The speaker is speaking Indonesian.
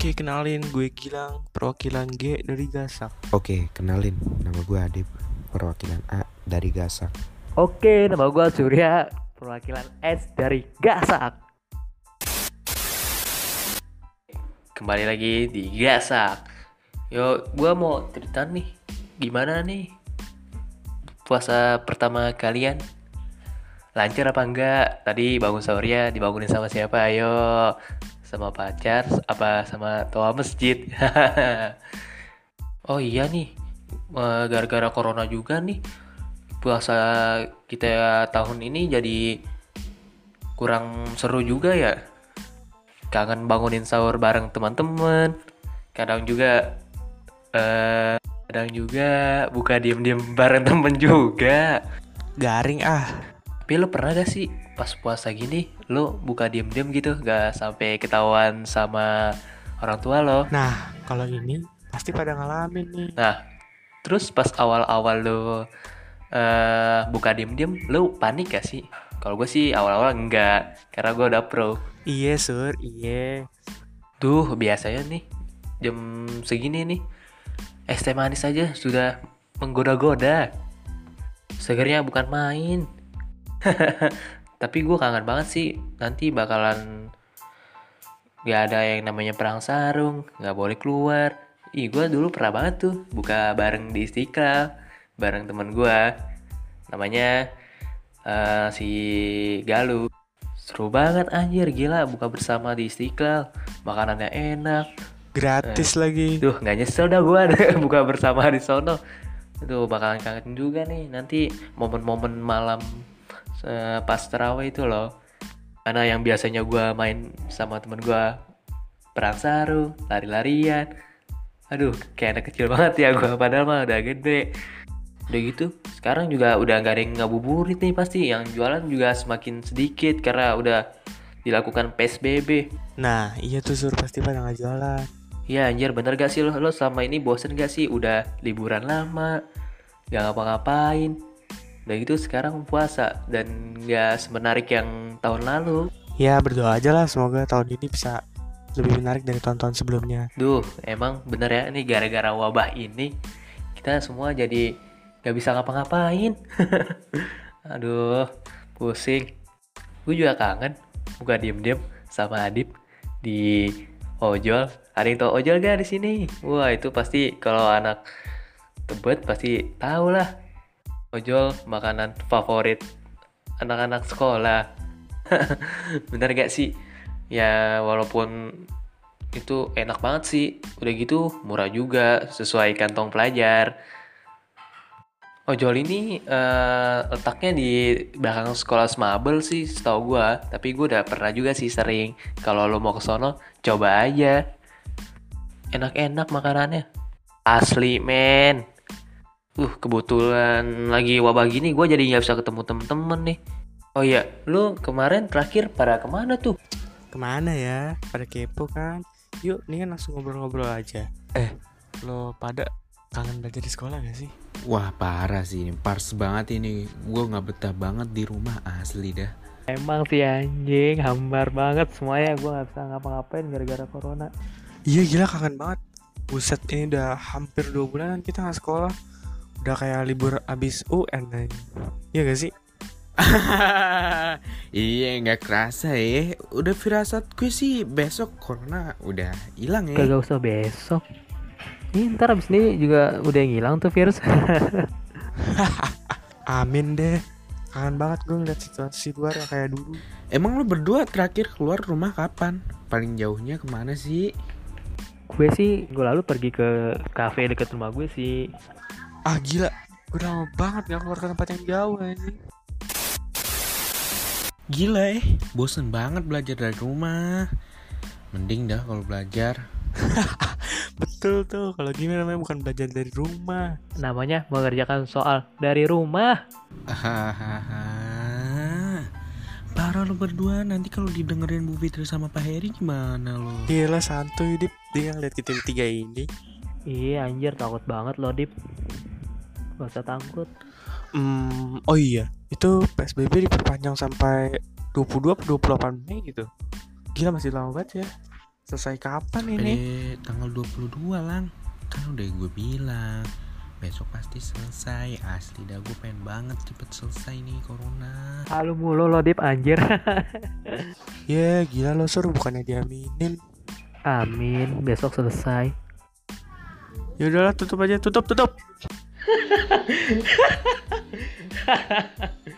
Oke, kenalin gue Gilang, perwakilan G dari Gasak. Oke, kenalin. Nama gue Adip, perwakilan A dari Gasak. Oke, nama gue Surya, perwakilan S dari Gasak. Kembali lagi di Gasak. Yo, gue mau cerita nih, gimana nih puasa pertama kalian? Lancar apa enggak? Tadi bangun sahur ya, dibangunin sama siapa? Ayo, sama pacar, apa sama toa masjid? Oh iya nih, gara-gara corona juga nih, puasa kita tahun ini jadi kurang seru juga ya. Kangen bangunin sahur bareng teman-teman. Kadang juga kadang juga buka diem-diem bareng temen juga. Garing ah. Tapi lo pernah gak sih pas puasa gini lo buka diem-diem gitu gak sampai ketahuan sama orang tua lo? Nah, kalau ini pasti pada ngalamin nih. Nah, terus pas awal-awal lo buka diem-diem lo panik gak sih? Kalau gue sih awal-awal enggak, karena gue udah pro. Iya, Sur, iya. Duh, biasanya nih jam segini nih es teh manis aja sudah menggoda-goda. Segernya bukan main. Tapi gue kangen banget sih nanti bakalan gak ada yang namanya perang sarung, gak boleh keluar. Ih, gue dulu pernah banget tuh buka bareng di Istiqlal bareng temen gue. Namanya si Galuh. Seru banget anjir, gila buka bersama di Istiqlal. Makanannya enak. Gratis lagi. Duh, nggak nyesel dah gue buka bersama di sono. Itu bakalan kangen juga nih nanti momen-momen malam pas terawih itu loh. Karena yang biasanya gue main sama temen gue perang sarung, lari-larian. Aduh, kayak anak kecil banget ya gue, padahal mah udah gede. Udah gitu, sekarang juga udah nggak ada yang ngabuburit nih pasti. Yang jualan juga semakin sedikit karena udah dilakukan PSBB. Nah, iya tuh Sur, pasti pada nggak jualan. Ya anjir, bener gak sih lo selama ini bosen gak sih udah liburan lama, gak ngapa-ngapain. Udah gitu sekarang puasa dan gak semenarik yang tahun lalu. Ya, berdoa aja lah, semoga tahun ini bisa lebih menarik dari tahun-tahun sebelumnya. Duh, emang bener ya nih gara-gara wabah ini kita semua jadi gak bisa ngapa-ngapain. Aduh, pusing. Gue juga kangen buka diem-diem sama Adip di ojol. Ada yang tau ojol gak di sini? Wah, itu pasti kalau anak Tebet pasti tahu lah. Ojol makanan favorit anak-anak sekolah. Bener gak sih? Ya walaupun itu enak banget sih. Udah gitu murah juga sesuai kantong pelajar. Ojol ini letaknya di belakang sekolah Smabel sih setahu gua. Tapi gua udah pernah juga sih sering. Kalau lo mau ke sono coba aja. Enak-enak makanannya. Asli men. Kebetulan lagi wabah gini gue jadi gak bisa ketemu temen-temen nih. Oh iya, lu kemarin terakhir pada kemana tuh? Kemana ya? Pada kepo kan? Yuk, ini kan langsung ngobrol-ngobrol aja. Lo pada kangen belajar di sekolah gak sih? Wah, parah sih. Pars banget ini. Gue gak betah banget di rumah, asli dah. Emang sih anjing, hambar banget semuanya. Gue gak bisa ngapa-ngapain gara-gara corona. Iya, gila kangen banget. Buset, ini udah hampir 2 bulanan kita gak sekolah. Udah kayak libur abis UN aja. Iya gak sih? Iya, gak kerasa ya. Udah firasat gue sih besok corona udah hilang ya. Kagak usah besok. Nih ntar abis ini juga udah ngilang tuh virus. Amin deh. Kangen banget gue ngeliat situasi luar yang kayak dulu. Emang lo berdua terakhir keluar rumah kapan? Paling jauhnya kemana sih? Gue sih, gue lalu pergi ke cafe deket rumah gue sih. Ah gila, gue udah lama banget gak keluar ke tempat yang jauh anjing. Gila bosen banget belajar dari rumah. Mending dah kalau belajar. Betul tuh, kalau gini namanya bukan belajar dari rumah. Namanya mengerjakan soal dari rumah. Hahaha. Parah lo berdua, nanti kalau didengerin Bu Fitri sama Pak Heri gimana lo? Gila santuy Dip, dia ngeliat kita bertiga ini. Iya anjir, takut banget loh Dip. Gak usah takut. Oh iya, itu PSBB diperpanjang sampai 22 atau 28 Mei gitu. Gila masih lama banget ya. Selesai kapan ini? Tanggal 22 lang. Kan udah gue bilang besok pasti selesai. Asli dah, gue pengen banget cepet selesai nih corona. Halu mulu lo Dip anjir. Ya gila lo Sur, bukannya diaminin. Amin, besok selesai. Ya udahlah, tutup aja, tutup.